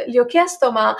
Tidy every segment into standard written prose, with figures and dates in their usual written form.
gli ho chiesto, ma,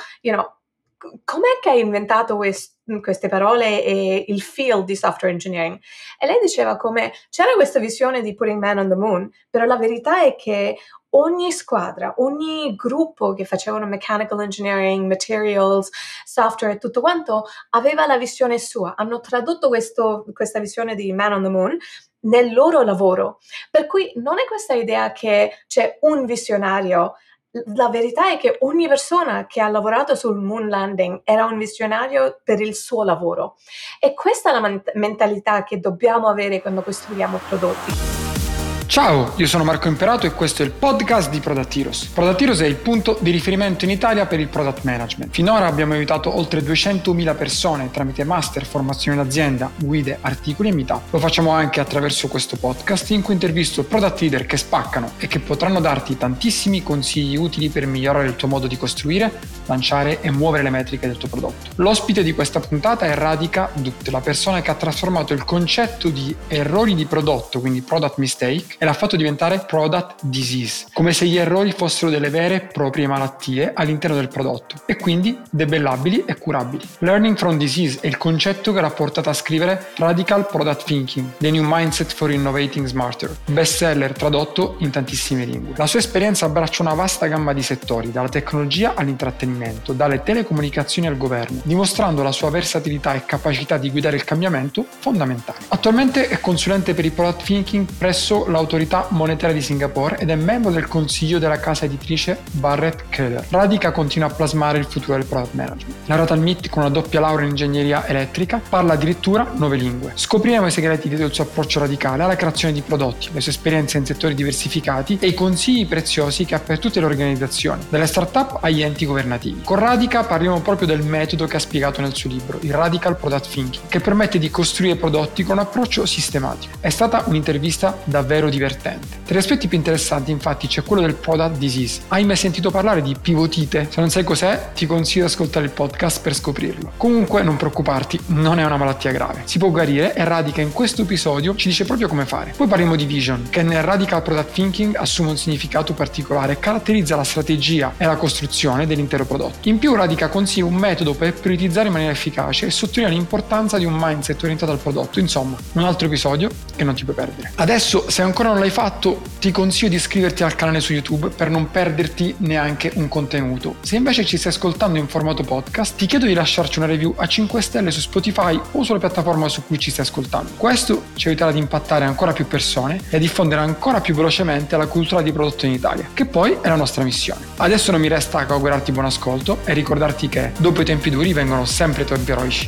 com'è che hai inventato queste parole e il field di software engineering? E lei diceva come c'era questa visione di putting man on the moon, però la verità è che ogni squadra, ogni gruppo che facevano mechanical engineering, materials, software e tutto quanto aveva la visione sua. Hanno tradotto questa visione di man on the moon nel loro lavoro. Per cui non è questa idea che c'è un visionario. La verità è che ogni persona che ha lavorato sul moon landing era un visionario per il suo lavoro. E questa è la mentalità che dobbiamo avere quando costruiamo prodotti. Ciao, io sono Marco Imperato e questo è il podcast di Product Heroes. Product Heroes è il punto di riferimento in Italia per il product management. Finora abbiamo aiutato oltre 200.000 persone tramite master, formazione in azienda, guide, articoli e meetup. Lo facciamo anche attraverso questo podcast in cui intervisto product leader che spaccano e che potranno darti tantissimi consigli utili per migliorare il tuo modo di costruire, lanciare e muovere le metriche del tuo prodotto. L'ospite di questa puntata è Radhika Dutt, la persona che ha trasformato il concetto di errori di prodotto, quindi product mistake, e l'ha fatto diventare product disease, come se gli errori fossero delle vere e proprie malattie all'interno del prodotto e quindi debellabili e curabili. Learning from disease è il concetto che l'ha portata a scrivere Radical Product Thinking, The New Mindset for Innovating Smarter, bestseller tradotto in tantissime lingue. La sua esperienza abbraccia una vasta gamma di settori, dalla tecnologia all'intrattenimento, dalle telecomunicazioni al governo, dimostrando la sua versatilità e capacità di guidare il cambiamento fondamentale. Attualmente è consulente per il Product Thinking presso l'autorità monetaria di Singapore ed è membro del consiglio della casa editrice Barrett Keller. Radhika continua a plasmare il futuro del product management. Laureata al MIT con una doppia laurea in ingegneria elettrica, parla addirittura 9 lingue. Scopriremo i segreti del suo approccio radicale alla creazione di prodotti, le sue esperienze in settori diversificati e i consigli preziosi che ha per tutte le organizzazioni, dalle start-up agli enti governativi. Con Radhika parliamo proprio del metodo che ha spiegato nel suo libro, il Radical Product Thinking, che permette di costruire prodotti con un approccio sistematico. È stata un'intervista davvero divertente. Tra gli aspetti più interessanti infatti c'è quello del product disease. Hai mai sentito parlare di pivotite? Se non sai cos'è, ti consiglio di ascoltare il podcast per scoprirlo. Comunque non preoccuparti, non è una malattia grave. Si può guarire e Radhika in questo episodio ci dice proprio come fare. Poi parliamo di vision, che nel Radical Product Thinking assume un significato particolare e caratterizza la strategia e la costruzione dell'intero prodotto. In più Radhika consiglia un metodo per prioritizzare in maniera efficace e sottolinea l'importanza di un mindset orientato al prodotto. Insomma, un altro episodio che non ti puoi perdere. Adesso, se ancora non l'hai fatto, ti consiglio di iscriverti al canale su YouTube per non perderti neanche un contenuto. Se invece ci stai ascoltando in formato podcast, ti chiedo di lasciarci una review a 5 stelle su Spotify o sulla piattaforma su cui ci stai ascoltando. Questo ci aiuterà ad impattare ancora più persone e a diffondere ancora più velocemente la cultura di prodotto in Italia, che poi è la nostra missione. Adesso non mi resta che augurarti buon ascolto e ricordarti che dopo i tempi duri vengono sempre i tempi eroici.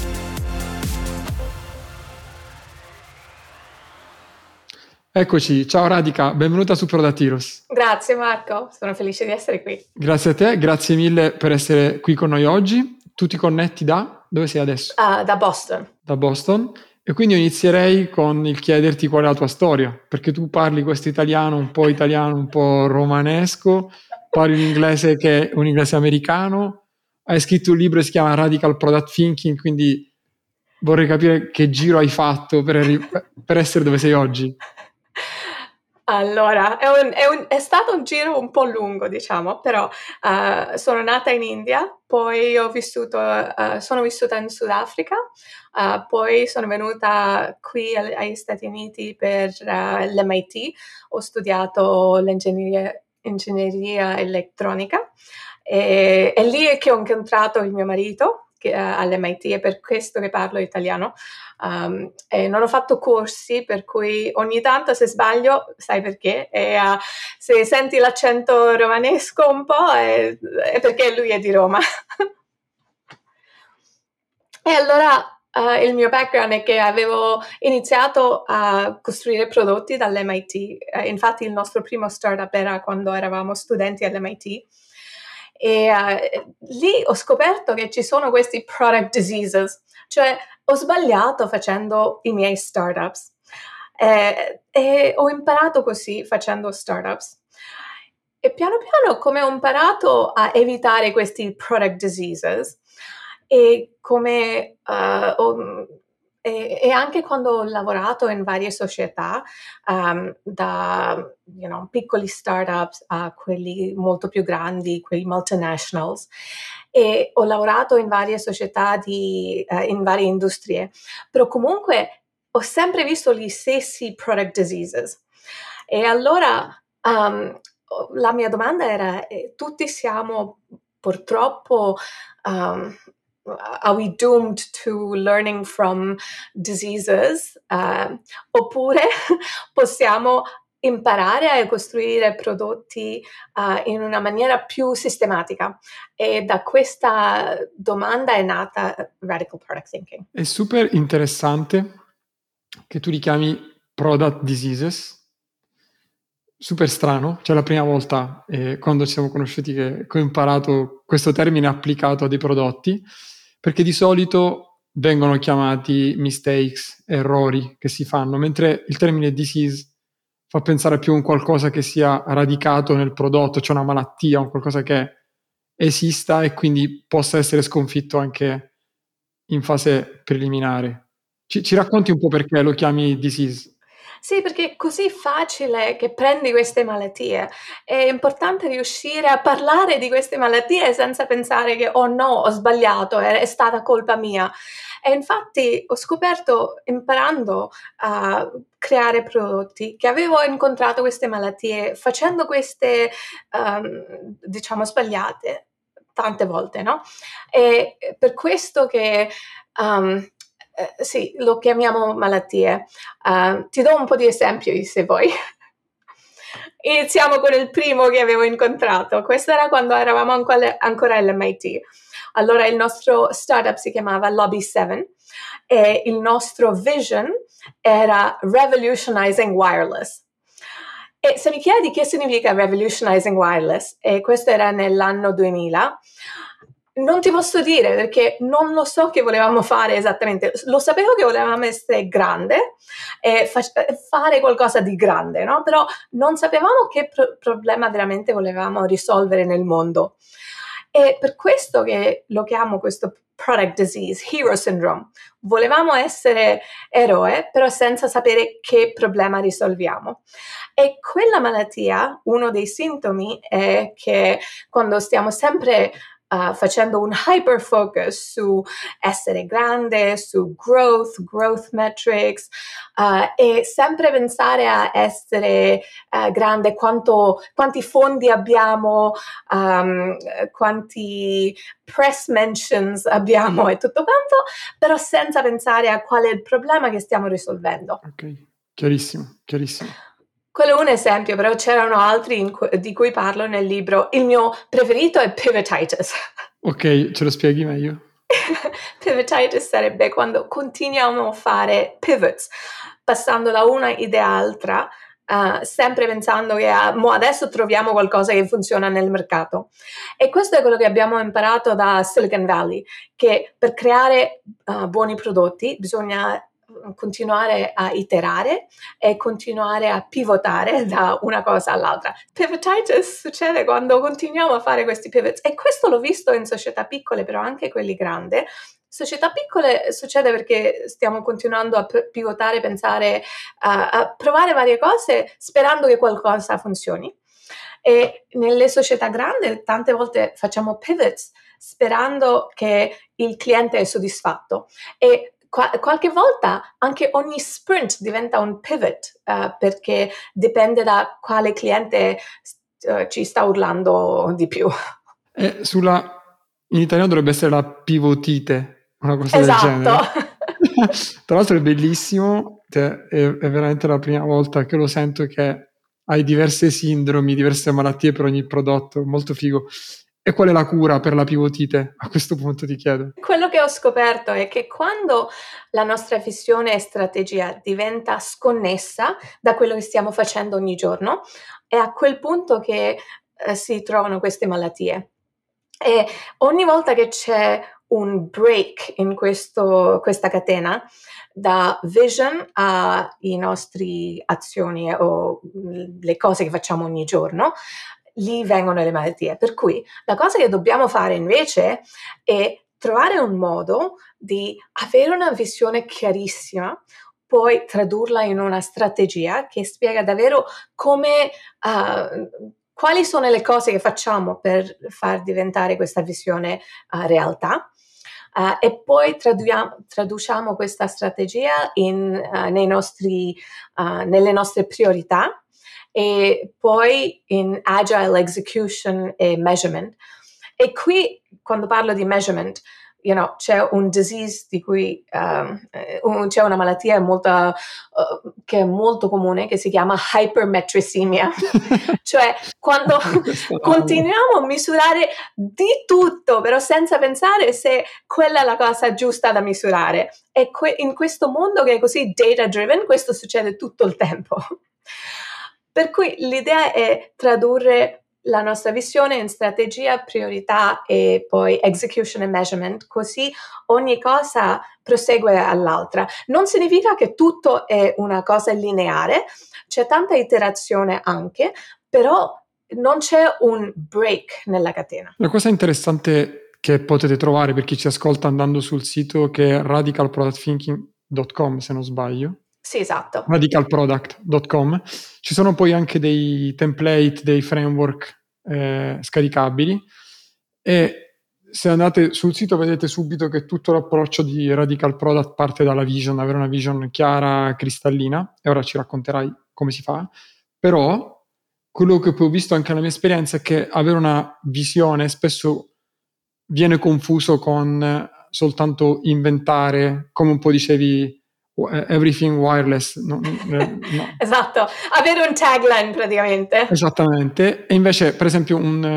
Eccoci, ciao Radhika, benvenuta su Product Heroes. Grazie Marco, sono felice di essere qui. Grazie a te, grazie mille per essere qui con noi oggi. Tu ti connetti da? Dove sei adesso? Da Boston. Da Boston. E quindi io inizierei con il chiederti qual è la tua storia, perché tu parli questo italiano, un po' romanesco, parli un inglese che è un inglese americano, hai scritto un libro che si chiama Radical Product Thinking, quindi vorrei capire che giro hai fatto per essere dove sei oggi. Allora, è stato un giro un po' lungo, diciamo, però sono nata in India, poi sono vissuta in Sudafrica, poi sono venuta qui agli Stati Uniti per l'MIT, ho studiato ingegneria elettronica e lì è che ho incontrato il mio marito all'MIT, è per questo che parlo italiano. E non ho fatto corsi, per cui ogni tanto se sbaglio sai perché, e se senti l'accento romanesco un po' è perché lui è di Roma. E allora il mio background è che avevo iniziato a costruire prodotti dall'MIT, infatti il nostro primo startup era quando eravamo studenti all'MIT. E lì ho scoperto che ci sono questi product diseases, cioè ho sbagliato facendo i miei startups e ho imparato così facendo startups. E piano piano come ho imparato a evitare questi product diseases e come e anche quando ho lavorato in varie società, da piccoli startups a quelli molto più grandi, quei multinationals, e ho lavorato in varie società in varie industrie, però comunque ho sempre visto gli stessi product diseases. E allora la mia domanda era, tutti siamo purtroppo, are we doomed to learning from diseases? Oppure possiamo imparare a costruire prodotti in una maniera più sistematica? E da questa domanda è nata Radical Product Thinking. È super interessante che tu li chiami product diseases, super strano, cioè la prima volta quando ci siamo conosciuti che ho imparato questo termine applicato a dei prodotti, perché di solito vengono chiamati mistakes, errori che si fanno, mentre il termine disease fa pensare più a un qualcosa che sia radicato nel prodotto, cioè una malattia, un qualcosa che esista e quindi possa essere sconfitto anche in fase preliminare. Ci racconti un po' perché lo chiami disease? Sì, perché è così facile che prendi queste malattie. È importante riuscire a parlare di queste malattie senza pensare che, oh no, ho sbagliato, è stata colpa mia. E infatti ho scoperto, imparando a creare prodotti, che avevo incontrato queste malattie facendo queste, sbagliate tante volte, no? E per questo che, sì, lo chiamiamo malattie. Ti do un po' di esempi se vuoi. Iniziamo con il primo che avevo incontrato. Questo era quando eravamo ancora all'MIT. Allora il nostro startup si chiamava Lobby 7 e il nostro vision era Revolutionizing Wireless. E se mi chiedi che significa Revolutionizing Wireless, e questo era nell'anno 2000, non ti posso dire perché non lo so che volevamo fare esattamente. Lo sapevo che volevamo essere grande e fare qualcosa di grande, no? Però non sapevamo che problema veramente volevamo risolvere nel mondo. E per questo che lo chiamo questo product disease, hero syndrome. Volevamo essere eroe, però senza sapere che problema risolviamo. E quella malattia, uno dei sintomi è che quando stiamo sempre facendo un hyper focus su essere grande, su growth metrics, e sempre pensare a essere grande, quanti fondi abbiamo, quanti press mentions abbiamo e tutto quanto, però senza pensare a qual è il problema che stiamo risolvendo. Ok, chiarissimo, chiarissimo. Quello è un esempio, però c'erano altri di cui parlo nel libro. Il mio preferito è pivotitis. Ok, ce lo spieghi meglio? Pivotitis sarebbe quando continuiamo a fare pivots, passando da una idea all'altra, sempre pensando che adesso troviamo qualcosa che funziona nel mercato. E questo è quello che abbiamo imparato da Silicon Valley, che per creare buoni prodotti bisogna continuare a iterare e continuare a pivotare da una cosa all'altra. Pivotitis succede quando continuiamo a fare questi pivots e questo l'ho visto in società piccole, però anche quelli grandi. Società piccole succede perché stiamo continuando a pivotare, pensare, a provare varie cose sperando che qualcosa funzioni. E nelle società grandi tante volte facciamo pivots sperando che il cliente è soddisfatto e qualche volta anche ogni sprint diventa un pivot perché dipende da quale cliente ci sta urlando di più. In italiano dovrebbe essere la pivotite, una cosa del Esatto. genere. Tra l'altro è bellissimo, è veramente la prima volta che lo sento, che hai diverse sindromi, diverse malattie per ogni prodotto, molto figo. E qual è la cura per la pivotite? A questo punto ti chiedo. Quello che ho scoperto è che quando la nostra visione e strategia diventa sconnessa da quello che stiamo facendo ogni giorno, è a quel punto che si trovano queste malattie. E ogni volta che c'è un break in questa catena, da vision ai nostri azioni o le cose che facciamo ogni giorno, lì vengono le malattie. Per cui la cosa che dobbiamo fare invece è trovare un modo di avere una visione chiarissima, poi tradurla in una strategia che spiega davvero come, quali sono le cose che facciamo per far diventare questa visione realtà. E poi traduciamo questa strategia nelle nostre priorità e poi in agile execution e measurement. E qui, quando parlo di measurement, c'è un disease di cui c'è una malattia che è molto comune, che si chiama hypermetricemia. Cioè, quando continuiamo a misurare di tutto, però senza pensare se quella è la cosa giusta da misurare. E in questo mondo che è così data driven, questo succede tutto il tempo. Per cui l'idea è tradurre la nostra visione in strategia, priorità e poi execution e measurement, così ogni cosa prosegue all'altra. Non significa che tutto è una cosa lineare, c'è tanta iterazione anche, però non c'è un break nella catena. La cosa interessante che potete trovare per chi ci ascolta andando sul sito, che è radicalproductthinking.com, se non sbaglio. Sì, esatto. radicalproduct.com. Ci sono poi anche dei template, dei framework scaricabili, e se andate sul sito vedete subito che tutto l'approccio di Radical Product parte dalla vision, avere una vision chiara, cristallina, e ora ci racconterai come si fa. Però quello che poi ho visto anche nella mia esperienza è che avere una visione spesso viene confuso con soltanto inventare, come un po' dicevi, everything wireless. No. Esatto, avere un tagline praticamente. Esattamente. E invece, per esempio,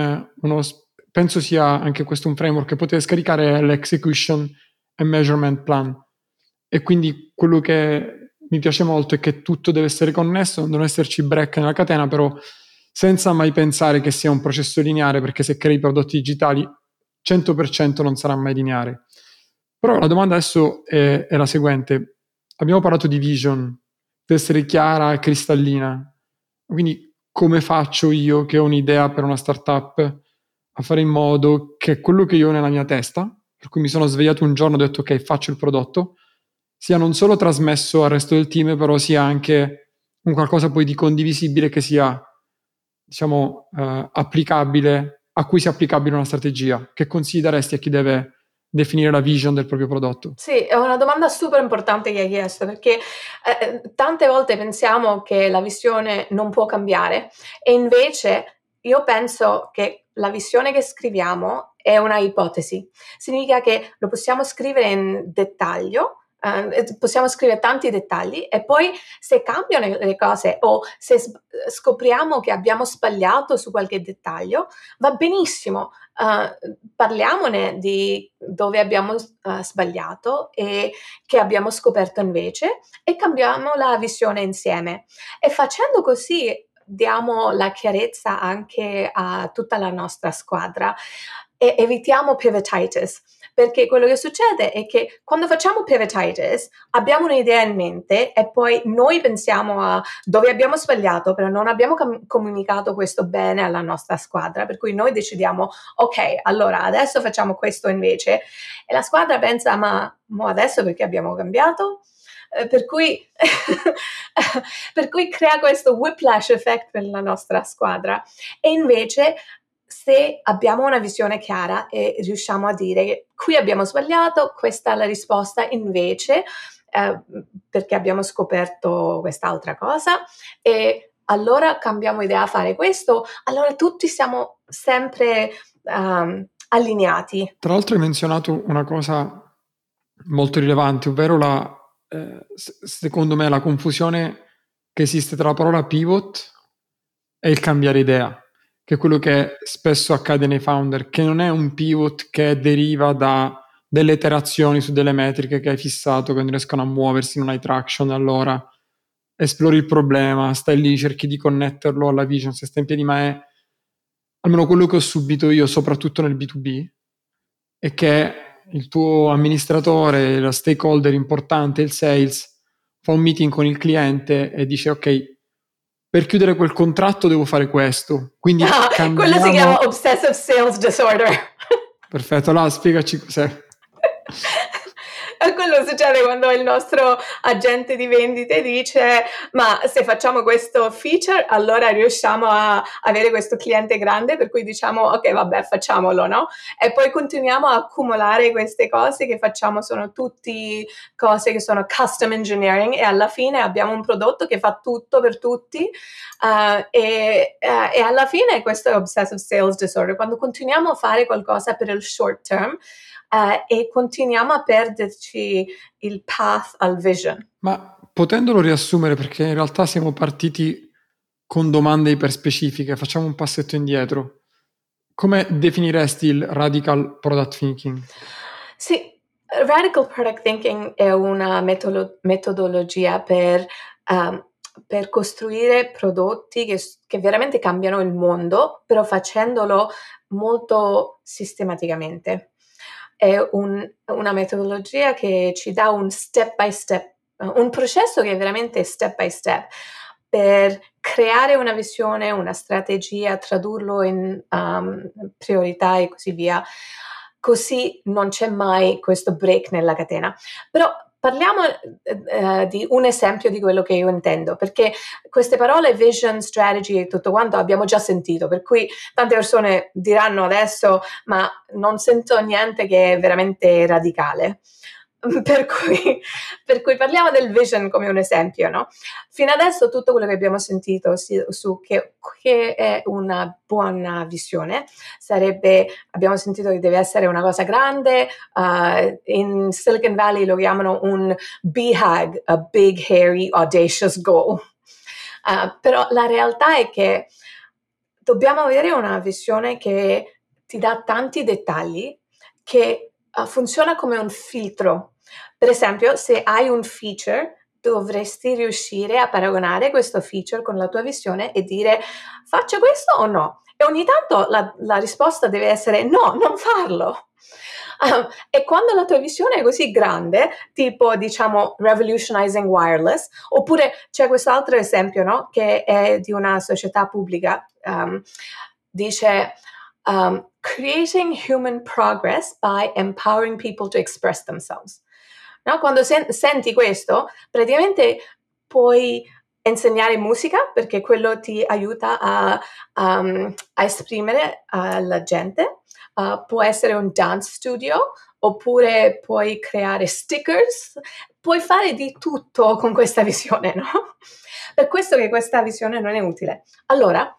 penso sia anche questo un framework che potete scaricare, è l'Execution and Measurement Plan. E quindi quello che mi piace molto è che tutto deve essere connesso, non devono esserci break nella catena, però senza mai pensare che sia un processo lineare, perché se crei prodotti digitali 100% non sarà mai lineare. Però la domanda adesso è la seguente. Abbiamo parlato di vision, deve essere chiara e cristallina. Quindi come faccio io, che ho un'idea per una startup, a fare in modo che quello che io ho nella mia testa, per cui mi sono svegliato un giorno e ho detto ok, faccio il prodotto, sia non solo trasmesso al resto del team, però sia anche un qualcosa poi di condivisibile, che sia, diciamo, applicabile, a cui sia applicabile una strategia. Che consigli daresti a chi deve definire la vision del proprio prodotto? Sì, è una domanda super importante che hai chiesto, perché tante volte pensiamo che la visione non può cambiare, e invece io penso che la visione che scriviamo è una ipotesi. Significa che lo possiamo scrivere in dettaglio, possiamo scrivere tanti dettagli, e poi se cambiano le cose o se scopriamo che abbiamo sbagliato su qualche dettaglio, va benissimo. Parliamone di dove abbiamo sbagliato e che abbiamo scoperto invece, e cambiamo la visione insieme. E facendo così diamo la chiarezza anche a tutta la nostra squadra e evitiamo pivotitis. Perché quello che succede è che quando facciamo pivotitis abbiamo un'idea in mente e poi noi pensiamo a dove abbiamo sbagliato, però non abbiamo comunicato questo bene alla nostra squadra, per cui noi decidiamo ok, allora adesso facciamo questo invece, e la squadra pensa ma adesso perché abbiamo cambiato? Per cui crea questo whiplash effect per la nostra squadra. E invece se abbiamo una visione chiara e riusciamo a dire che qui abbiamo sbagliato, questa è la risposta invece, perché abbiamo scoperto quest'altra cosa, e allora cambiamo idea a fare questo, allora tutti siamo sempre allineati. Tra l'altro hai menzionato una cosa molto rilevante, ovvero secondo me la confusione che esiste tra la parola pivot e il cambiare idea, che è quello che spesso accade nei founder, che non è un pivot che deriva da delle iterazioni su delle metriche che hai fissato, che non riescono a muoversi, non hai traction, allora esplori il problema, stai lì, cerchi di connetterlo alla vision, se stai in piedi, ma è almeno quello che ho subito io, soprattutto nel B2B, è che il tuo amministratore, lo stakeholder importante, il sales, fa un meeting con il cliente e dice ok, per chiudere quel contratto devo fare questo, quindi quello si chiama obsessive sales disorder. Perfetto, allora spiegaci cos'è. E quello succede quando il nostro agente di vendite dice: ma se facciamo questo feature allora riusciamo a avere questo cliente grande, per cui diciamo ok vabbè facciamolo, no? E poi continuiamo a accumulare queste cose che facciamo, sono tutti cose che sono custom engineering, e alla fine abbiamo un prodotto che fa tutto per tutti. E alla fine questo è obsessive sales disorder, quando continuiamo a fare qualcosa per il short term e continuiamo a perderci il path al vision. Ma potendolo riassumere, perché in realtà siamo partiti con domande iperspecifiche, facciamo un passetto indietro. Come definiresti il radical product thinking? Sì, radical product thinking è una metodologia per costruire prodotti che veramente cambiano il mondo, però facendolo molto sistematicamente. È una metodologia che ci dà un step by step, un processo che è veramente step by step, per creare una visione, una strategia, tradurlo in priorità e così via. Così non c'è mai questo break nella catena. Però parliamo di un esempio di quello che io intendo, perché queste parole vision, strategy e tutto quanto abbiamo già sentito, per cui tante persone diranno adesso ma non sento niente che è veramente radicale. Per cui parliamo del vision come un esempio, no? Fino adesso tutto quello che abbiamo sentito su che è una buona visione sarebbe, abbiamo sentito che deve essere una cosa grande, in Silicon Valley lo chiamano un BHAG, a Big Hairy Audacious Goal. Però la realtà è che dobbiamo avere una visione che ti dà tanti dettagli, che funziona come un filtro. Per esempio, se hai un feature, dovresti riuscire a paragonare questo feature con la tua visione e dire faccio questo o no? E ogni tanto la risposta deve essere no, non farlo. E quando la tua visione è così grande, tipo diciamo revolutionizing wireless, oppure c'è quest'altro esempio, no? Che è di una società pubblica, dice creating human progress by empowering people to express themselves. No? Quando senti questo, praticamente puoi insegnare musica, perché quello ti aiuta a esprimere alla gente. Può essere un dance studio, oppure puoi creare stickers, puoi fare di tutto con questa visione, no? Per questo che questa visione non è utile. Allora,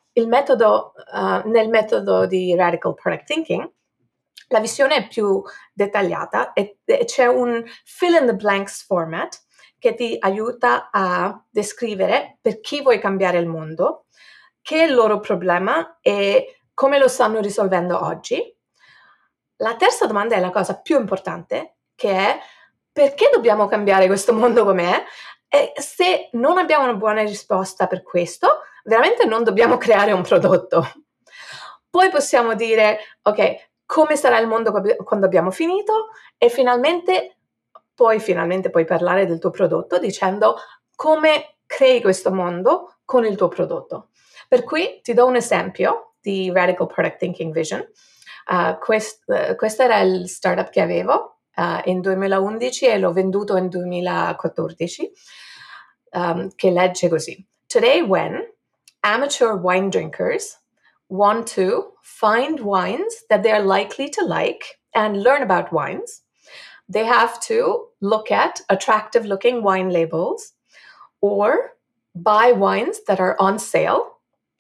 nel metodo di Radical Product Thinking, la visione è più dettagliata e c'è un fill in the blanks format che ti aiuta a descrivere per chi vuoi cambiare il mondo, che è il loro problema e come lo stanno risolvendo oggi. La terza domanda è la cosa più importante, che è perché dobbiamo cambiare questo mondo com'è? E se non abbiamo una buona risposta per questo, veramente non dobbiamo creare un prodotto. Poi possiamo dire, ok, come sarà il mondo quando abbiamo finito? E finalmente puoi parlare del tuo prodotto dicendo come crei questo mondo con il tuo prodotto. Per cui ti do un esempio di Radical Product Thinking Vision. Questo era il startup che avevo in 2011 e l'ho venduto in 2014, che legge così. Today when amateur wine drinkers want to find wines that they're likely to like and learn about wines, they have to look at attractive looking wine labels or buy wines that are on sale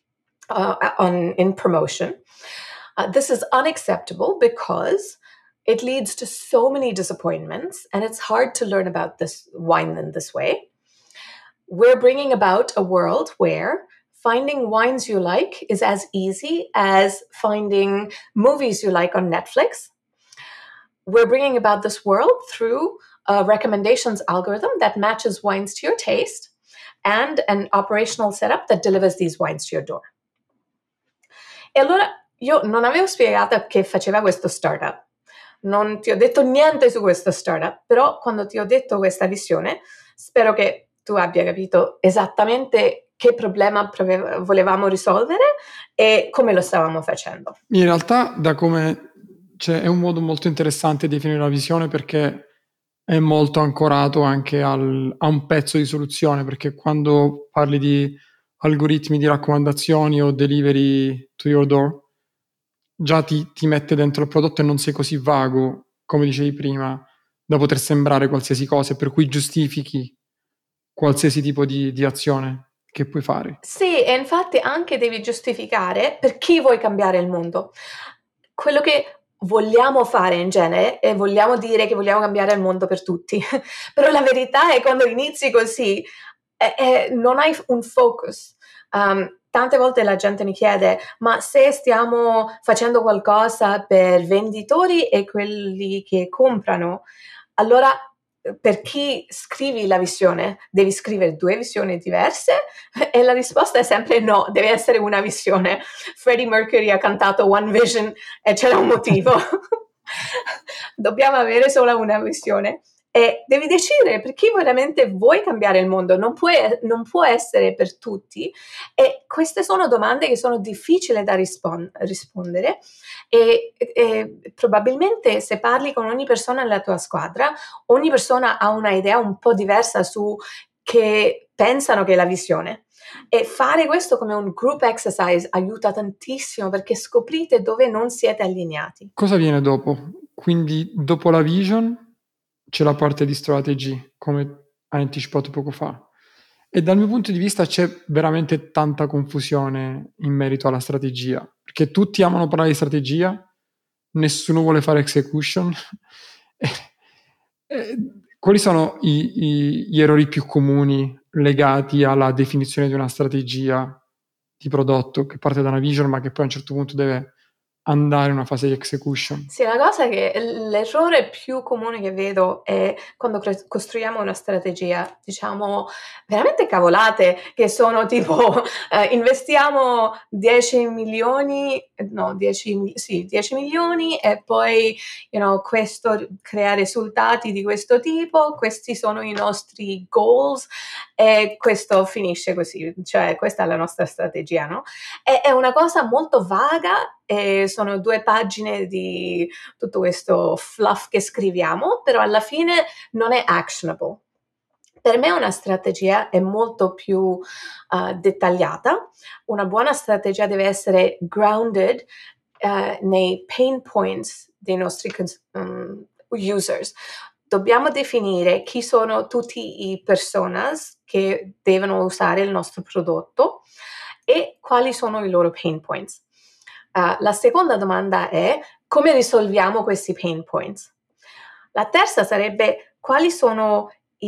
in promotion. This is unacceptable because it leads to so many disappointments and it's hard to learn about this wine in this way. We're bringing about a world where finding wines you like is as easy as finding movies you like on Netflix. We're bringing about this world through a recommendations algorithm that matches wines to your taste and an operational setup that delivers these wines to your door. E allora io non avevo spiegato che faceva questo startup, non ti ho detto niente su questo startup, però quando ti ho detto questa visione, spero che tu abbia capito esattamente che problema volevamo risolvere e come lo stavamo facendo. In realtà, da come cioè, è un modo molto interessante di definire la visione perché è molto ancorato anche a un pezzo di soluzione, perché quando parli di algoritmi di raccomandazioni o delivery to your door, già ti mette dentro il prodotto e non sei così vago, come dicevi prima, da poter sembrare qualsiasi cosa, per cui giustifichi qualsiasi tipo di azione che puoi fare. Sì, e infatti anche devi giustificare per chi vuoi cambiare il mondo. Quello che vogliamo fare in genere è vogliamo dire che vogliamo cambiare il mondo per tutti, però la verità è quando inizi così non hai un focus. Tante volte la gente mi chiede, ma se stiamo facendo qualcosa per venditori e quelli che comprano, allora per chi scrivi la visione? Devi scrivere 2 visioni diverse? E la risposta è sempre no, deve essere una visione. Freddie Mercury ha cantato One Vision e c'era un motivo. Dobbiamo avere solo una visione. E devi decidere per chi veramente vuoi cambiare il mondo, non può essere per tutti. E queste sono domande che sono difficili da rispondere e probabilmente se parli con ogni persona nella tua squadra, ogni persona ha una idea un po' diversa su che pensano che è la visione. E fare questo come un group exercise aiuta tantissimo perché scoprite dove non siete allineati. Cosa viene dopo? Quindi dopo la vision c'è la parte di strategy, come hai anticipato poco fa. E dal mio punto di vista c'è veramente tanta confusione in merito alla strategia, perché tutti amano parlare di strategia, nessuno vuole fare execution. E quali sono gli errori più comuni legati alla definizione di una strategia di prodotto che parte da una vision ma che poi a un certo punto deve andare in una fase di execution? Sì, la cosa è che l'errore più comune che vedo è quando costruiamo una strategia, diciamo veramente cavolate, che sono tipo investiamo 10 milioni, no, 10 milioni e poi questo crea risultati di questo tipo, questi sono i nostri goals e questo finisce così, cioè questa è la nostra strategia, no? È una cosa molto vaga e sono 2 pagine di tutto questo fluff che scriviamo, però alla fine non è actionable. Per me una strategia è molto più dettagliata. Una buona strategia deve essere grounded nei pain points dei nostri users. Dobbiamo definire chi sono tutti i personas che devono usare il nostro prodotto e quali sono i loro pain points. La seconda domanda è come risolviamo questi pain points? La terza sarebbe quali sono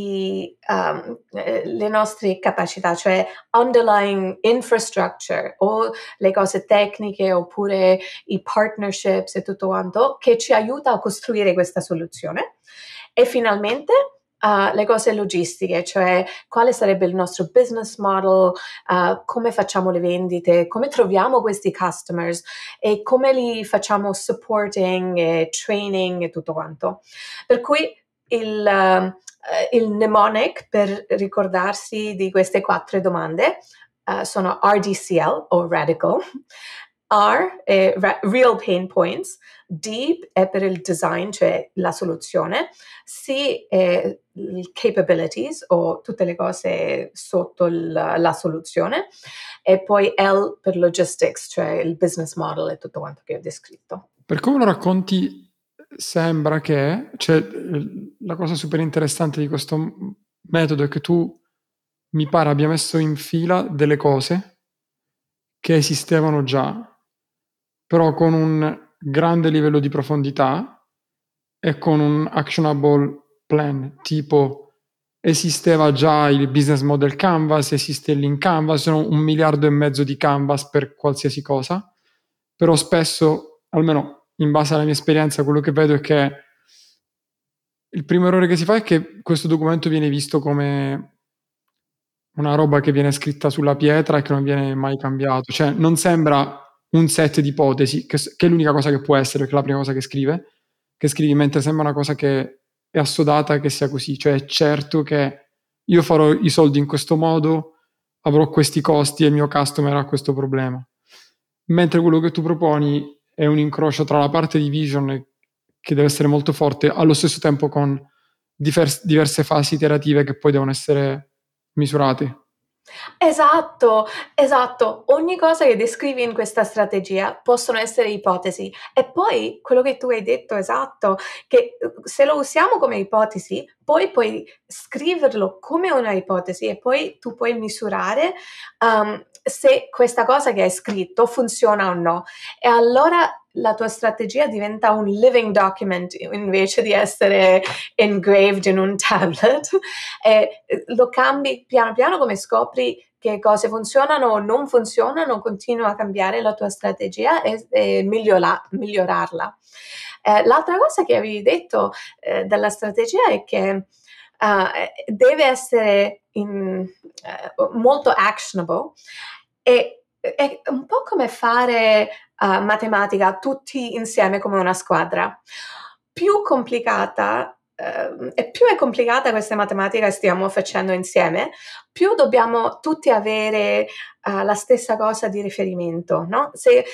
le nostre capacità, cioè underlying infrastructure o le cose tecniche oppure i partnerships e tutto quanto che ci aiuta a costruire questa soluzione. E finalmente le cose logistiche, cioè quale sarebbe il nostro business model, come facciamo le vendite, come troviamo questi customers e come li facciamo supporting e training e tutto quanto. Per cui il mnemonic per ricordarsi di queste 4 domande sono RDCL o Radical, R è Real Pain Points, D è per il design, cioè la soluzione, C è il capabilities o tutte le cose sotto la soluzione e poi L per logistics, cioè il business model e tutto quanto che ho descritto. Per come lo racconti, sembra che, cioè, la cosa super interessante di questo metodo è che tu, mi pare, abbia messo in fila delle cose che esistevano già, però con un grande livello di profondità e con un actionable plan, tipo esisteva già il business model Canvas, esiste il link Canvas, sono 1,5 miliardi di Canvas per qualsiasi cosa, però spesso, almeno in base alla mia esperienza, quello che vedo è che il primo errore che si fa è che questo documento viene visto come una roba che viene scritta sulla pietra e che non viene mai cambiato, cioè non sembra un set di ipotesi, che è l'unica cosa che può essere, perché è la prima cosa che scrivi, mentre sembra una cosa che è assodata che sia così, cioè è certo che io farò i soldi in questo modo, avrò questi costi e il mio customer ha questo problema. Mentre quello che tu proponi è un incrocio tra la parte di vision, che deve essere molto forte, allo stesso tempo con diverse fasi iterative che poi devono essere misurate. Esatto, esatto. Ogni cosa che descrivi in questa strategia possono essere ipotesi. E poi quello che tu hai detto, esatto, che se lo usiamo come ipotesi, poi puoi scriverlo come una ipotesi e poi tu puoi misurare se questa cosa che hai scritto funziona o no. E allora la tua strategia diventa un living document invece di essere engraved in un tablet. E lo cambi piano piano, come scopri che cose funzionano o non funzionano, continua a cambiare la tua strategia e migliorarla. L'altra cosa che avevi detto della strategia è che deve essere molto actionable e è un po' come fare matematica tutti insieme come una squadra. Più complicata e più è complicata questa matematica che stiamo facendo insieme, più dobbiamo tutti avere la stessa cosa di riferimento, no?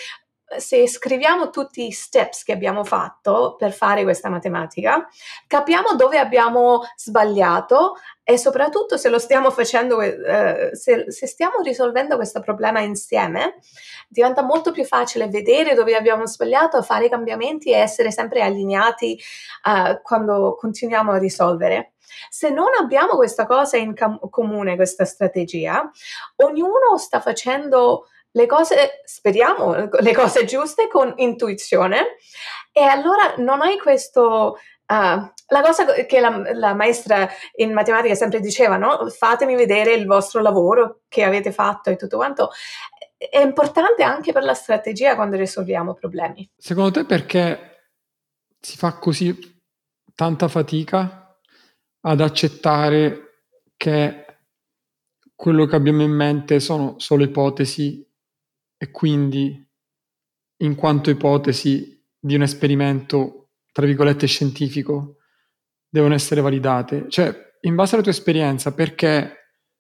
Se scriviamo tutti i steps che abbiamo fatto per fare questa matematica, capiamo dove abbiamo sbagliato e soprattutto se lo stiamo facendo, se stiamo risolvendo questo problema insieme, diventa molto più facile vedere dove abbiamo sbagliato, fare i cambiamenti e essere sempre allineati quando continuiamo a risolvere. Se non abbiamo questa cosa in comune, questa strategia, ognuno sta facendo le cose, speriamo, le cose giuste con intuizione e allora non hai questo... la cosa che la maestra in matematica sempre diceva, no? Fatemi vedere il vostro lavoro che avete fatto e tutto quanto. È importante anche per la strategia quando risolviamo problemi. Secondo te perché si fa così tanta fatica ad accettare che quello che abbiamo in mente sono solo ipotesi e quindi, in quanto ipotesi di un esperimento, tra virgolette, scientifico, devono essere validate? Cioè, in base alla tua esperienza, perché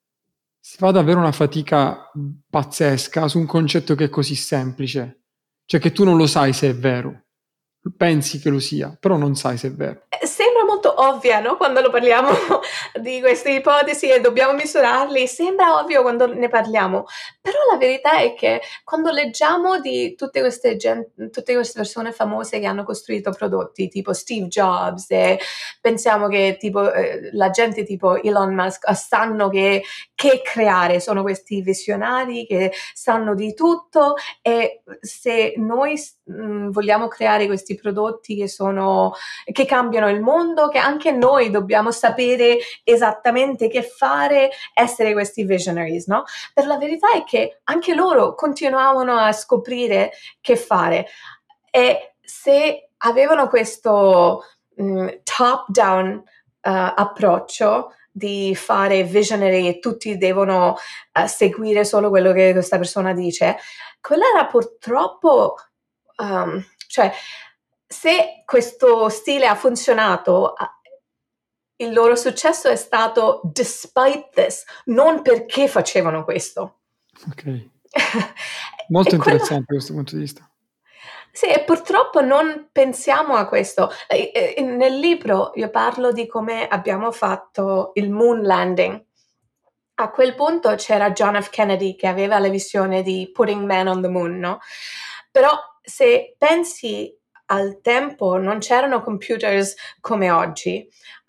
si fa davvero una fatica pazzesca su un concetto che è così semplice? Cioè che tu non lo sai se è vero, pensi che lo sia, però non sai se è vero. Sembra molto ovvia, no? Quando lo parliamo di queste ipotesi e dobbiamo misurarli, sembra ovvio quando ne parliamo, però la verità è che quando leggiamo di tutte tutte queste persone famose che hanno costruito prodotti tipo Steve Jobs e pensiamo che tipo la gente tipo Elon Musk sanno che creare, sono questi visionari che sanno di tutto e se noi vogliamo creare questi prodotti che cambiano il mondo, che anche noi dobbiamo sapere esattamente che fare, essere questi visionaries, no? Per la verità è che anche loro continuavano a scoprire che fare e se avevano questo top-down approccio di fare visionary e tutti devono seguire solo quello che questa persona dice, quella era purtroppo cioè se questo stile ha funzionato, il loro successo è stato despite this, non perché facevano questo. Ok, molto E quello... interessante questo punto di vista. Sì, e purtroppo non pensiamo a questo. Nel libro io parlo di come abbiamo fatto il moon landing. A quel punto c'era John F. Kennedy che aveva la visione di putting man on the moon, no? Però se pensi al tempo non c'erano computers come oggi.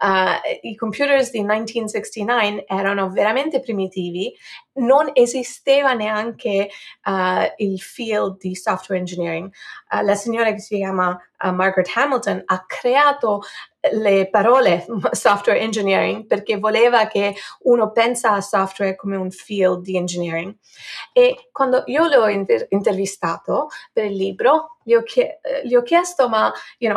I computers di 1969 erano veramente primitivi, non esisteva neanche il field di software engineering. La signora che si chiama Margaret Hamilton ha creato le parole software engineering perché voleva che uno pensa a software come un field di engineering. E quando io l'ho intervistato per il libro, gli ho chiesto, ma,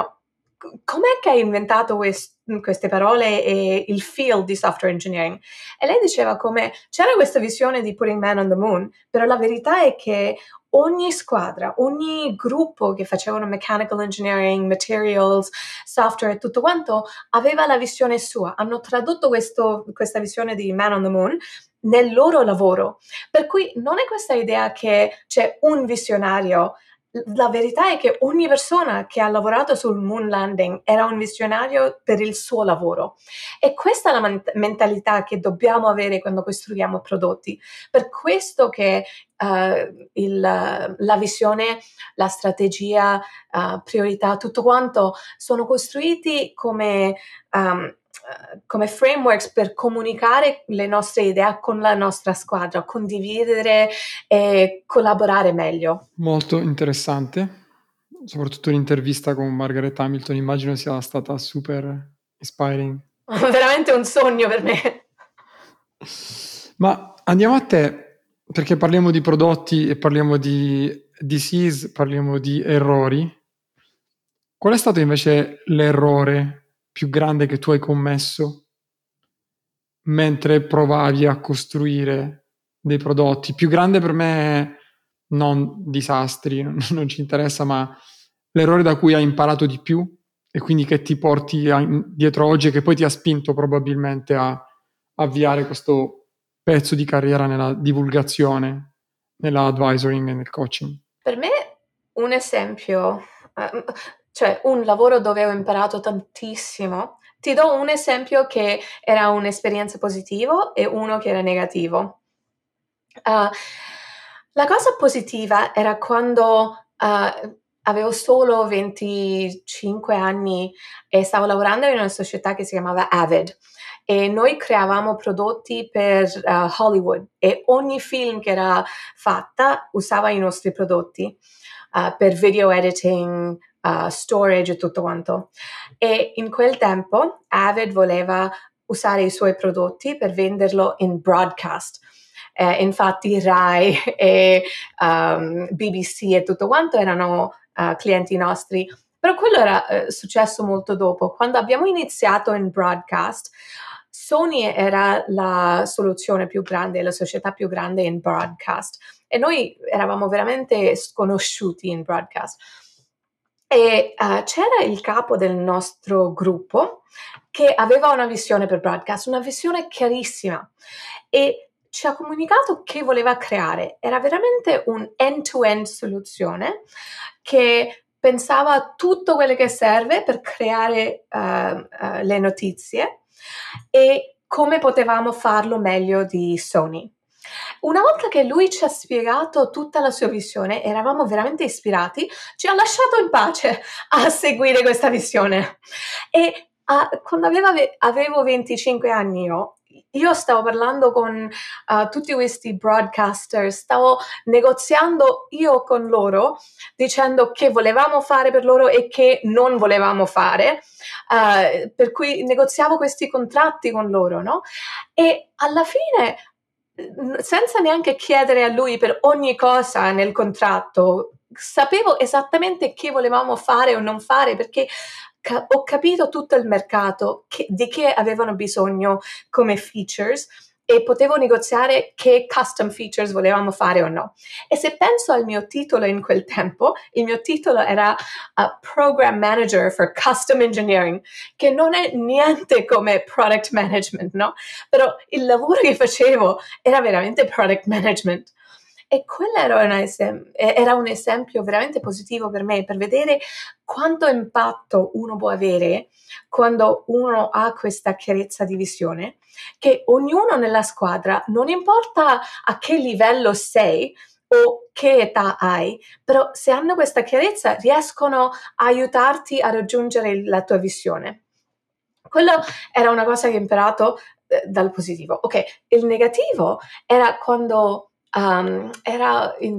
com'è che hai inventato queste parole e il field di software engineering? E lei diceva come c'era questa visione di putting man on the moon, però la verità è che ogni squadra, ogni gruppo che facevano mechanical engineering, materials, software e tutto quanto aveva la visione sua. Hanno tradotto questa visione di man on the moon nel loro lavoro. Per cui non è questa idea che c'è un visionario, la verità è che ogni persona che ha lavorato sul moon landing era un visionario per il suo lavoro, e questa è la mentalità che dobbiamo avere quando costruiamo prodotti. Per questo che la visione, la strategia, priorità, tutto quanto sono costruiti come frameworks per comunicare le nostre idee con la nostra squadra, condividere e collaborare meglio. Molto interessante, soprattutto l'intervista con Margaret Hamilton, immagino sia stata super inspiring. Veramente un sogno per me. Ma andiamo a te, perché parliamo di prodotti e parliamo di disease, parliamo di errori. Qual è stato invece l'errore più grande che tu hai commesso mentre provavi a costruire dei prodotti? Più grande per me, non disastri, non ci interessa, ma l'errore da cui hai imparato di più e quindi che ti porti dietro oggi e che poi ti ha spinto probabilmente a avviare questo pezzo di carriera nella divulgazione, nella advisoring e nel coaching. Per me un esempio, cioè un lavoro dove ho imparato tantissimo. Ti do un esempio che era un'esperienza positiva e uno che era negativo. La cosa positiva era quando avevo solo 25 anni e stavo lavorando in una società che si chiamava Avid, e noi creavamo prodotti per Hollywood, e ogni film che era fatta usava i nostri prodotti per video editing, storage e tutto quanto. E in quel tempo Avid voleva usare i suoi prodotti per venderlo in broadcast. Infatti Rai e BBC e tutto quanto erano clienti nostri, però quello era successo molto dopo. Quando abbiamo iniziato in broadcast, Sony era la soluzione più grande, la società più grande in broadcast, e noi eravamo veramente sconosciuti in broadcast. E c'era il capo del nostro gruppo che aveva una visione per broadcast, una visione chiarissima, e ci ha comunicato che voleva creare. Era veramente un end-to-end soluzione che pensava a tutto quello che serve per creare le notizie e come potevamo farlo meglio di Sony. Una volta che lui ci ha spiegato tutta la sua visione, eravamo veramente ispirati, ci ha lasciato in pace a seguire questa visione. E quando avevo 25 anni io stavo parlando con tutti questi broadcaster, stavo negoziando io con loro, dicendo che volevamo fare per loro e che non volevamo fare, per cui negoziavo questi contratti con loro, no? E alla fine, senza neanche chiedere a lui per ogni cosa nel contratto, sapevo esattamente che volevamo fare o non fare, perché ho capito tutto il mercato, di che avevano bisogno come features, e potevo negoziare che custom features volevamo fare o no. E se penso al mio titolo in quel tempo, il mio titolo era Program Manager for Custom Engineering, che non è niente come Product Management, no? Però il lavoro che facevo era veramente Product Management. E quello era un esempio veramente positivo per me, per vedere quanto impatto uno può avere quando uno ha questa chiarezza di visione, che ognuno nella squadra, non importa a che livello sei o che età hai, però se hanno questa chiarezza riescono a aiutarti a raggiungere la tua visione. Quello era una cosa che ho imparato dal positivo. Ok, il negativo era quando era in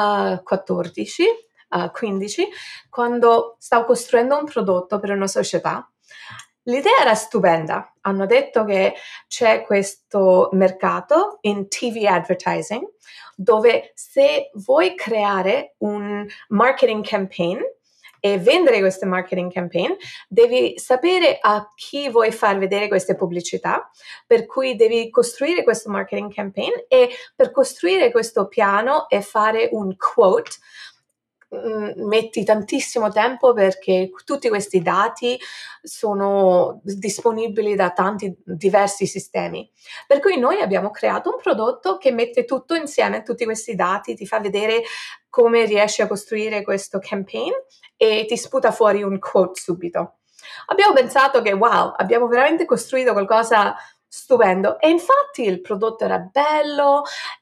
2014, 15, quando stavo costruendo un prodotto per una società. L'idea era stupenda. Hanno detto che c'è questo mercato in TV advertising dove se vuoi creare un marketing campaign e vendere queste marketing campaign, devi sapere a chi vuoi far vedere queste pubblicità, per cui devi costruire questo marketing campaign, e per costruire questo piano e fare un quote metti tantissimo tempo perché tutti questi dati sono disponibili da tanti diversi sistemi. Per cui noi abbiamo creato un prodotto che mette tutto insieme, tutti questi dati, ti fa vedere come riesci a costruire questo campaign e ti sputa fuori un quote subito. Abbiamo pensato che wow, abbiamo veramente costruito qualcosa stupendo e infatti il prodotto era bello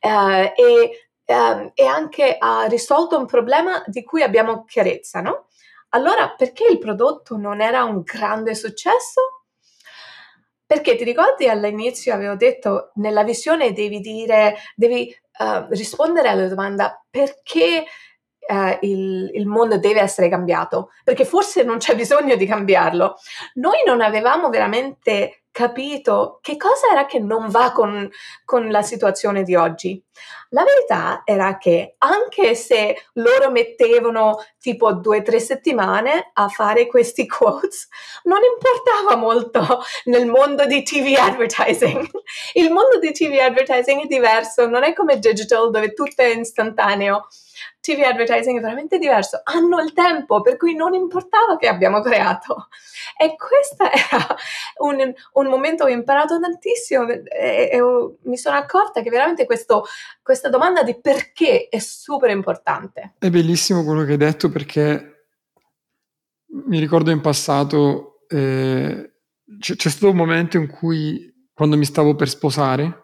e anche ha risolto un problema di cui abbiamo chiarezza, no? Allora, perché il prodotto non era un grande successo? Perché ti ricordi all'inizio avevo detto nella visione devi rispondere alla domanda perché il mondo deve essere cambiato, perché forse non c'è bisogno di cambiarlo. Noi non avevamo veramente capito che cosa era che non va con la situazione di oggi. La verità era che anche se loro mettevano tipo 2 o 3 settimane a fare questi quotes, non importava molto nel mondo di TV advertising. Il mondo di TV advertising è diverso, non è come digital dove tutto è istantaneo. TV advertising è veramente diverso, hanno il tempo, per cui non importava che abbiamo creato. E questo era un momento che ho imparato tantissimo e mi sono accorta che veramente questa domanda di perché è super importante. È bellissimo quello che hai detto perché mi ricordo in passato c'è stato un momento in cui quando mi stavo per sposare,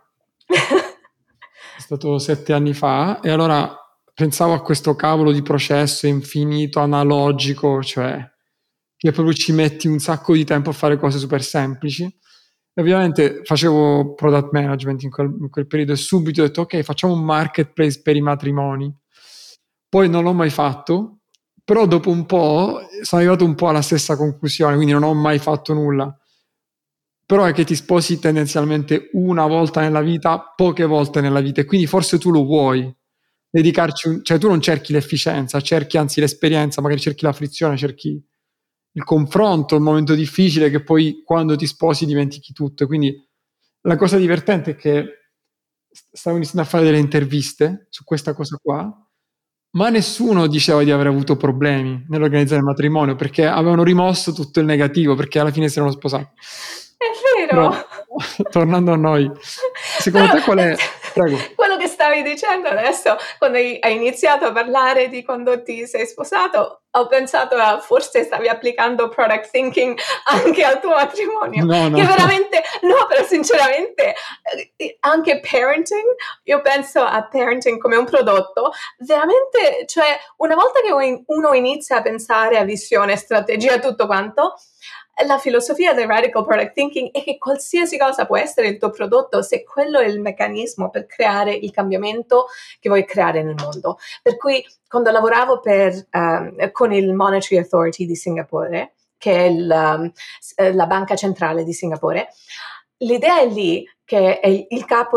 è stato 7 anni fa, e allora pensavo a questo cavolo di processo infinito, analogico, cioè che proprio ci metti un sacco di tempo a fare cose super semplici. E ovviamente facevo product management in quel periodo e subito ho detto ok, facciamo un marketplace per i matrimoni. Poi non l'ho mai fatto, però dopo un po' sono arrivato un po' alla stessa conclusione, quindi non ho mai fatto nulla. Però è che ti sposi tendenzialmente una volta nella vita, poche volte nella vita, e quindi forse tu lo vuoi dedicarci, cioè tu non cerchi l'efficienza, cerchi anzi l'esperienza, magari cerchi la frizione, cerchi il confronto, il momento difficile che poi quando ti sposi dimentichi tutto. Quindi la cosa divertente è che stavo iniziando a fare delle interviste su questa cosa qua, ma nessuno diceva di aver avuto problemi nell'organizzare il matrimonio perché avevano rimosso tutto il negativo perché alla fine si erano sposati. È vero. Però, tornando a noi, secondo Però te qual è? Prego. quello che stavi dicendo adesso, quando hai iniziato a parlare di quando ti sei sposato, ho pensato a forse stavi applicando product thinking anche al tuo matrimonio, No, no, che no. veramente, no, però sinceramente anche parenting, io penso a parenting come un prodotto, veramente, cioè una volta che uno inizia a pensare a visione, strategia, tutto quanto, la filosofia del radical product thinking è che qualsiasi cosa può essere il tuo prodotto se quello è il meccanismo per creare il cambiamento che vuoi creare nel mondo. Per cui quando lavoravo con il Monetary Authority di Singapore, che è la banca centrale di Singapore, l'idea è lì che è il capo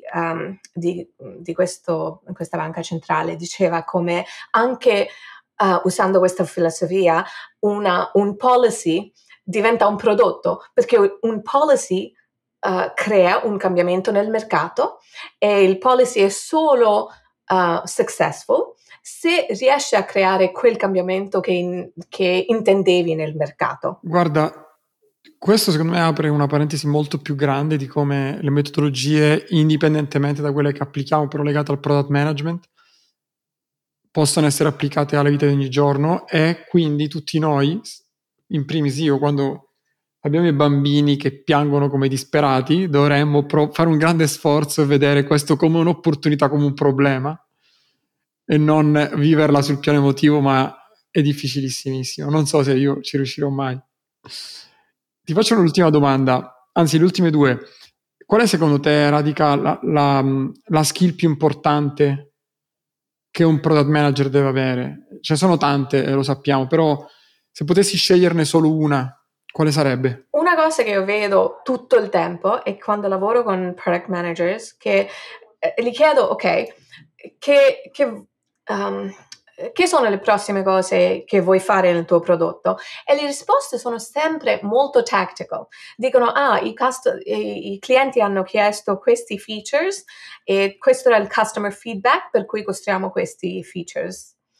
di questa banca centrale diceva come anche usando questa filosofia un policy diventa un prodotto, perché un policy crea un cambiamento nel mercato e il policy è solo successful se riesce a creare quel cambiamento che intendevi nel mercato. Guarda, questo secondo me apre una parentesi molto più grande di come le metodologie, indipendentemente da quelle che applichiamo, però legate al product management, possono essere applicate alla vita di ogni giorno e quindi tutti noi, in primis io, quando abbiamo i bambini che piangono come disperati, dovremmo fare un grande sforzo e vedere questo come un'opportunità, come un problema e non viverla sul piano emotivo, ma è difficilissimissimo. Non so se io ci riuscirò mai. Ti faccio l'ultima domanda, anzi le ultime due. Qual è secondo te, Radica, la skill più importante che un product manager deve avere? Ce ne sono tante, lo sappiamo, però se potessi sceglierne solo una, quale sarebbe? Una cosa che io vedo tutto il tempo è quando lavoro con product managers che gli chiedo, ok, che, che, um, che sono le prossime cose che vuoi fare nel tuo prodotto? E le risposte sono sempre molto tactical. Dicono, i clienti hanno chiesto questi features e questo era il customer feedback per cui costruiamo questi features.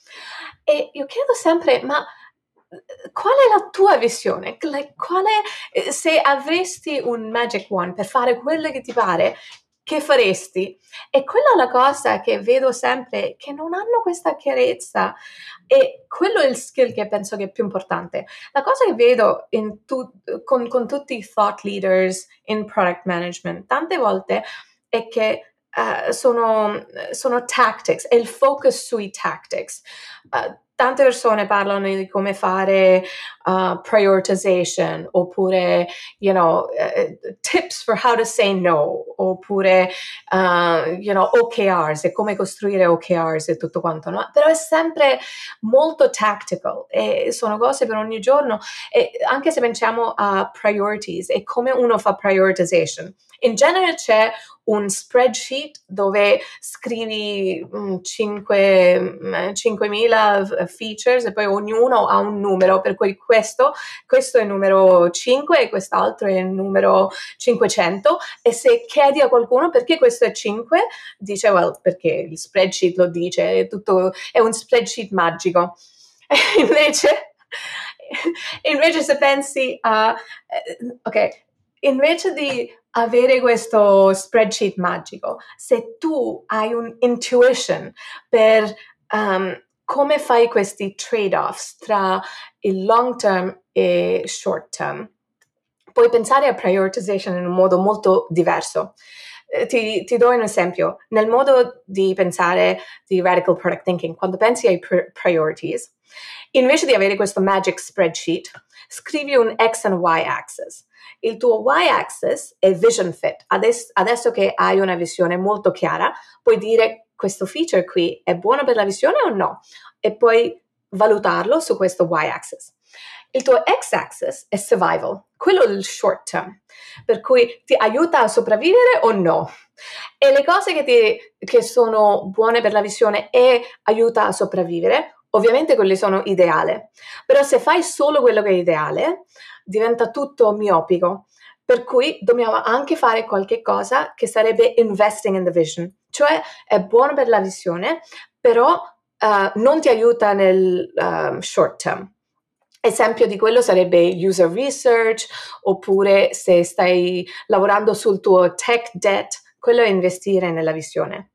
E io chiedo sempre, ma qual è la tua visione? Se avresti un magic wand per fare quello che ti pare, che faresti? E quella è la cosa che vedo sempre, che non hanno questa chiarezza. E quello è il skill che penso che è più importante. La cosa che vedo con tutti i thought leaders in product management, tante volte è che sono tactics, è il focus sui tactics. Tante persone parlano di come fare prioritization, oppure, tips for how to say no, oppure, OKRs e come costruire OKRs e tutto quanto, no? Però è sempre molto tactical e sono cose per ogni giorno. E anche se pensiamo a priorities e come uno fa prioritization, in genere c'è un spreadsheet dove scrivi 5.000 features e poi ognuno ha un numero, per cui questo è il numero 5 e quest'altro è il numero 500, e se chiedi a qualcuno perché questo è 5, dice well, perché il spreadsheet lo dice, è un spreadsheet magico. invece, invece se pensi a ok, invece di avere questo spreadsheet magico, se tu hai un intuition per come fai questi trade-offs tra il long term e short term, puoi pensare a prioritization in un modo molto diverso. Ti do un esempio. Nel modo di pensare di radical product thinking, quando pensi ai priorities, invece di avere questo magic spreadsheet, scrivi un X and Y axis. Il tuo Y-axis è vision fit. Adesso che hai una visione molto chiara, puoi dire questo feature qui è buono per la visione o no? E puoi valutarlo su questo Y-axis. Il tuo X-axis è survival, quello è il short term, per cui ti aiuta a sopravvivere o no? E le cose che sono buone per la visione e aiuta a sopravvivere, ovviamente quelle sono ideali. Però se fai solo quello che è ideale, diventa tutto miopico. Per cui dobbiamo anche fare qualche cosa che sarebbe investing in the vision, cioè è buono per la visione, però non ti aiuta nel short term. Esempio di quello sarebbe user research, oppure se stai lavorando sul tuo tech debt, quello è investire nella visione.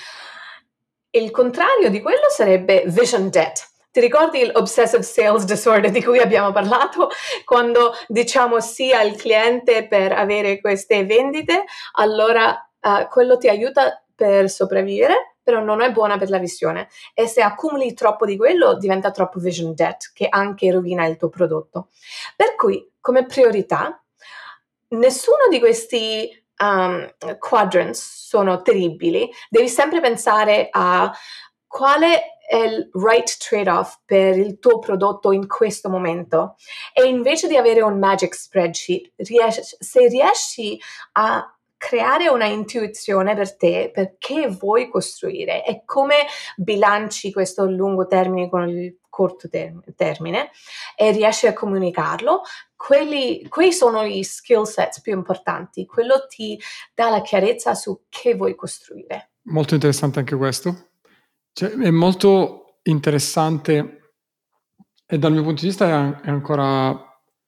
Il contrario di quello sarebbe vision debt. Ti ricordi l'obsessive sales disorder di cui abbiamo parlato? Quando diciamo sì al cliente per avere queste vendite, allora quello ti aiuta per sopravvivere, però non è buona per la visione. E se accumuli troppo di quello, diventa troppo vision debt, che anche rovina il tuo prodotto. Per cui, come priorità, nessuno di questi quadrants sono terribili. Devi sempre pensare a quale è il right trade-off per il tuo prodotto in questo momento. E invece di avere un magic spreadsheet, se riesci a creare una intuizione per te, perché vuoi costruire e come bilanci questo lungo termine con il corto termine e riesci a comunicarlo, quei sono gli skill sets più importanti. Quello ti dà la chiarezza su che vuoi costruire. Molto interessante anche questo. Cioè, è molto interessante e dal mio punto di vista è ancora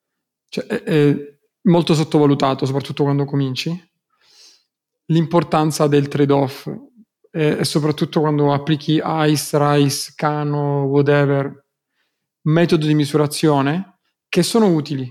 è molto sottovalutato, soprattutto quando cominci, l'importanza del trade-off e soprattutto quando applichi ICE, RICE, Kano, whatever, metodo di misurazione, che sono utili,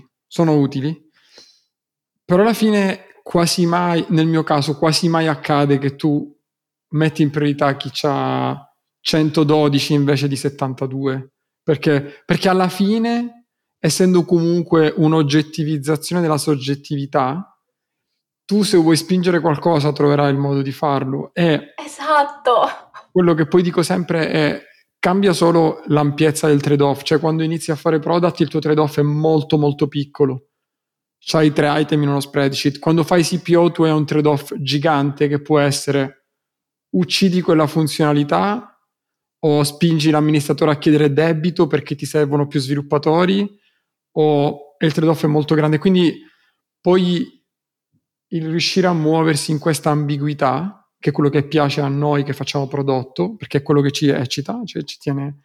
però alla fine quasi mai, nel mio caso, quasi mai accade che tu metti in priorità chi ha 112 invece di 72, perché alla fine, essendo comunque un'oggettivizzazione della soggettività, tu se vuoi spingere qualcosa troverai il modo di farlo. E esatto. Quello che poi dico sempre è cambia solo l'ampiezza del trade-off, cioè quando inizi a fare product il tuo trade-off è molto molto piccolo, c'hai 3 item in uno spreadsheet. Quando fai CPO tu hai un trade-off gigante che può essere uccidi quella funzionalità o spingi l'amministratore a chiedere debito perché ti servono più sviluppatori, o il trade-off è molto grande. Quindi poi il riuscire a muoversi in questa ambiguità, che è quello che piace a noi che facciamo prodotto, perché è quello che ci eccita, cioè ci tiene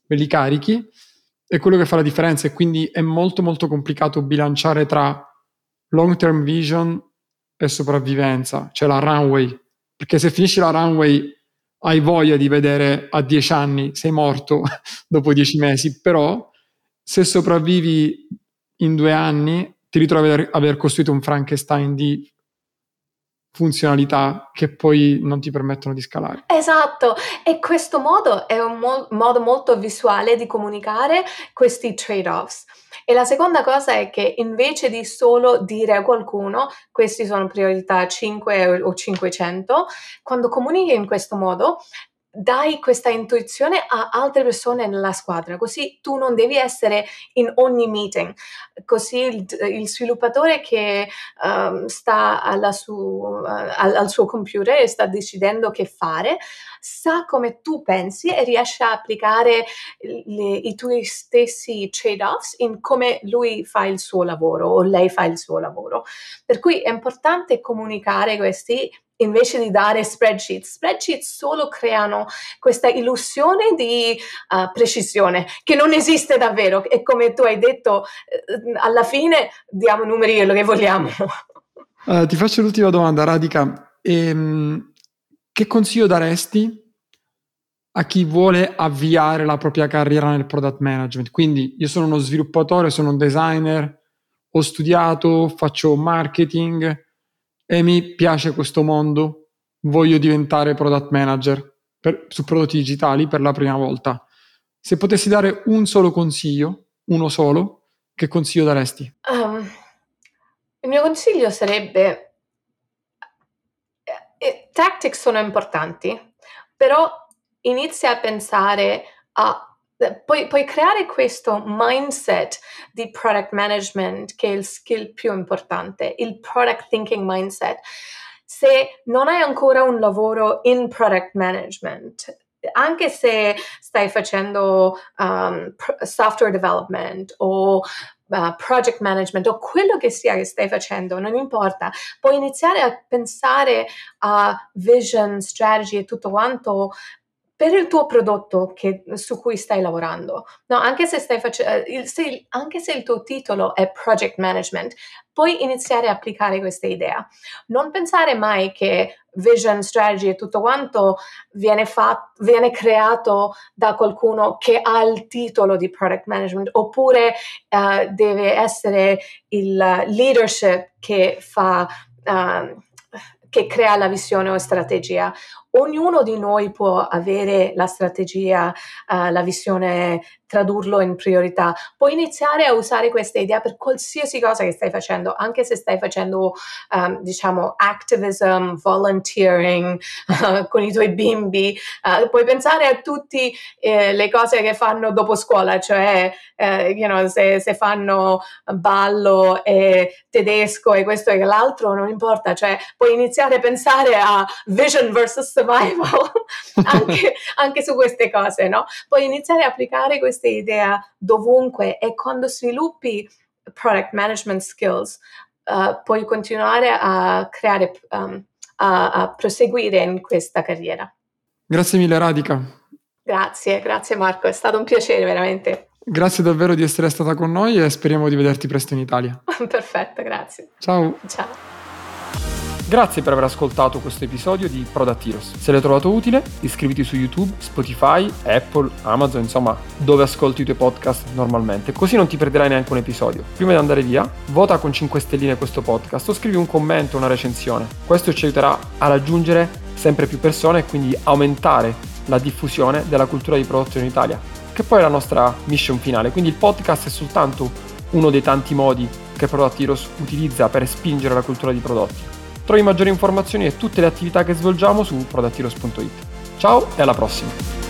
belli carichi, è quello che fa la differenza, e quindi è molto molto complicato bilanciare tra long term vision e sopravvivenza, cioè la runway, perché se finisci la runway hai voglia di vedere a 10 anni, sei morto dopo 10 mesi, però se sopravvivi in 2 anni ti ritrovi ad aver costruito un Frankenstein di funzionalità che poi non ti permettono di scalare. Esatto, e questo modo è un modo molto visuale di comunicare questi trade-offs. E la seconda cosa è che invece di solo dire a qualcuno questi sono priorità 5 o 500, quando comunichi in questo modo dai questa intuizione a altre persone nella squadra, così tu non devi essere in ogni meeting, così il sviluppatore che sta al suo computer e sta decidendo che fare, sa come tu pensi e riesce a applicare i tuoi stessi trade-offs in come lui fa il suo lavoro o lei fa il suo lavoro. Per cui è importante comunicare questi invece di dare spreadsheet. Spreadsheet solo creano questa illusione di precisione che non esiste davvero, e come tu hai detto, alla fine diamo numeri quello che vogliamo. Ti faccio l'ultima domanda, Radhika. Che consiglio daresti a chi vuole avviare la propria carriera nel product management? Quindi io sono uno sviluppatore, sono un designer, ho studiato, faccio marketing e mi piace questo mondo, voglio diventare product manager su prodotti digitali per la prima volta. Se potessi dare un solo consiglio, uno solo, che consiglio daresti? Il mio consiglio sarebbe, tactics sono importanti, però inizia a pensare puoi creare questo mindset di product management, che è il skill più importante, il product thinking mindset. Se non hai ancora un lavoro in product management, anche se stai facendo software development o project management o quello che sia che stai facendo, non importa, puoi iniziare a pensare a vision, strategy e tutto quanto per il tuo prodotto su cui stai lavorando. No, anche se anche se il tuo titolo è project management, puoi iniziare a applicare questa idea. Non pensare mai che vision, strategy e tutto quanto viene creato da qualcuno che ha il titolo di product management, oppure deve essere il leadership che crea la visione o strategia. Ognuno di noi può avere la strategia, la visione, tradurlo in priorità. Puoi iniziare a usare questa idea per qualsiasi cosa che stai facendo, anche se stai facendo, diciamo, activism, volunteering con i tuoi bimbi. Puoi pensare a tutte le cose che fanno dopo scuola, cioè, se fanno ballo e tedesco e questo e l'altro, non importa, cioè puoi iniziare a pensare a vision versus survival anche su queste cose, no? Puoi iniziare a applicare questa idea dovunque, e quando sviluppi product management skills puoi continuare a creare, a proseguire in questa carriera. Grazie mille, Radhika. Grazie Marco, è stato un piacere veramente. Grazie davvero di essere stata con noi e speriamo di vederti presto in Italia. Perfetto, grazie. Ciao. Ciao. Grazie per aver ascoltato questo episodio di Product Heroes. Se l'hai trovato utile, iscriviti su YouTube, Spotify, Apple, Amazon, insomma, dove ascolti i tuoi podcast normalmente, così non ti perderai neanche un episodio. Prima di andare via, vota con 5 stelline questo podcast o scrivi un commento, una recensione. Questo ci aiuterà a raggiungere sempre più persone e quindi aumentare la diffusione della cultura di prodotto in Italia, che poi è la nostra mission finale. Quindi il podcast è soltanto uno dei tanti modi che Product Heroes utilizza per spingere la cultura di prodotti. Trovi maggiori informazioni e tutte le attività che svolgiamo su productheroes.it. Ciao e alla prossima!